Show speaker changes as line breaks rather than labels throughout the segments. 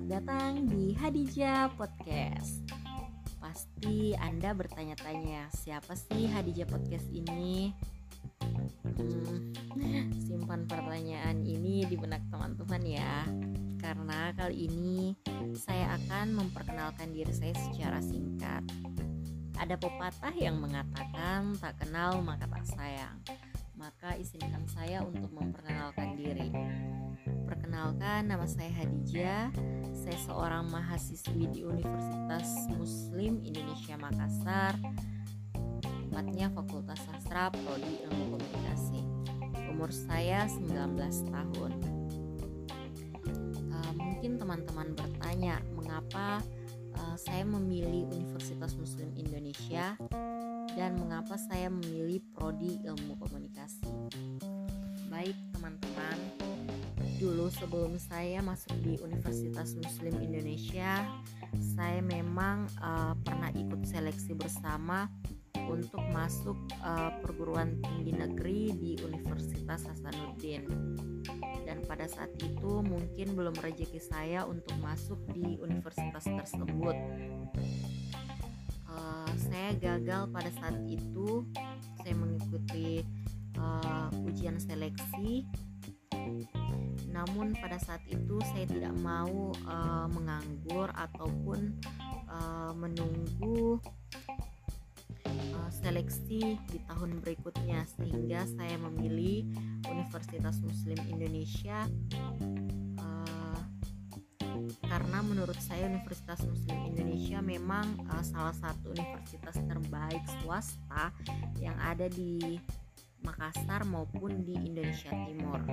Selamat datang di Hadijah Podcast. Pasti Anda bertanya-tanya, siapa sih Hadijah Podcast ini? Simpan pertanyaan ini di benak teman-teman ya. Karena kali ini saya akan memperkenalkan diri saya secara singkat. Ada pepatah yang mengatakan tak kenal maka tak sayang. Maka izinkan saya untuk memperkenalkan diri. Perkenalkan, nama saya Hadijah. Saya seorang mahasiswi di Universitas Muslim Indonesia Makassar, tepatnya Fakultas Sastra Prodi Ilmu Komunikasi. Umur saya 19 tahun. Mungkin teman-teman bertanya, mengapa saya memilih Universitas Muslim Indonesia dan mengapa saya memilih Prodi Ilmu Komunikasi. Baik teman-teman, dulu sebelum saya masuk di Universitas Muslim Indonesia, saya memang pernah ikut seleksi bersama untuk masuk perguruan tinggi negeri di Universitas Hasanuddin. Dan pada saat itu mungkin belum rezeki saya untuk masuk di universitas tersebut. Saya gagal pada saat itu. Saya mengikuti ujian seleksi. Namun pada saat itu saya tidak mau menganggur ataupun menunggu seleksi di tahun berikutnya, sehingga saya memilih Universitas Muslim Indonesia karena menurut saya Universitas Muslim Indonesia memang salah satu universitas terbaik swasta yang ada di Makassar maupun di Indonesia Timur.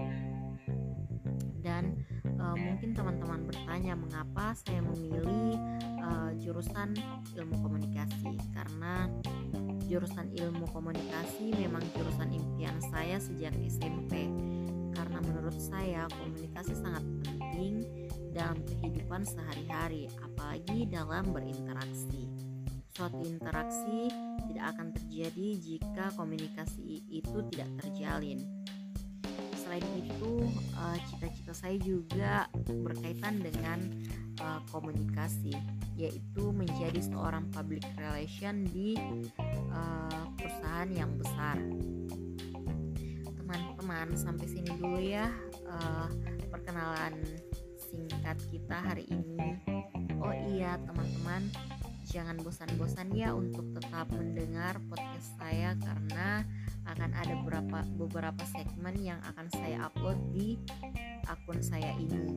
Dan mungkin teman-teman bertanya mengapa saya memilih jurusan ilmu komunikasi, karena jurusan ilmu komunikasi memang jurusan impian saya sejak SMP, karena menurut saya komunikasi sangat penting dalam kehidupan sehari-hari, apalagi dalam berinteraksi. Suatu interaksi tidak akan terjadi jika komunikasi itu tidak terjalin. Selain itu, cita-cita saya juga berkaitan dengan komunikasi, yaitu menjadi seorang public relation di perusahaan yang besar. Teman-teman, sampai sini dulu ya perkenalan singkat kita hari ini. Oh iya teman-teman, jangan bosan-bosan ya untuk tetap mendengar podcast saya, karena akan ada beberapa segmen yang akan saya upload di akun saya ini.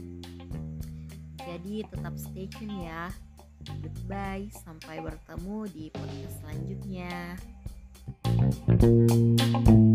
Jadi tetap stay tune ya. Goodbye, sampai bertemu di podcast selanjutnya.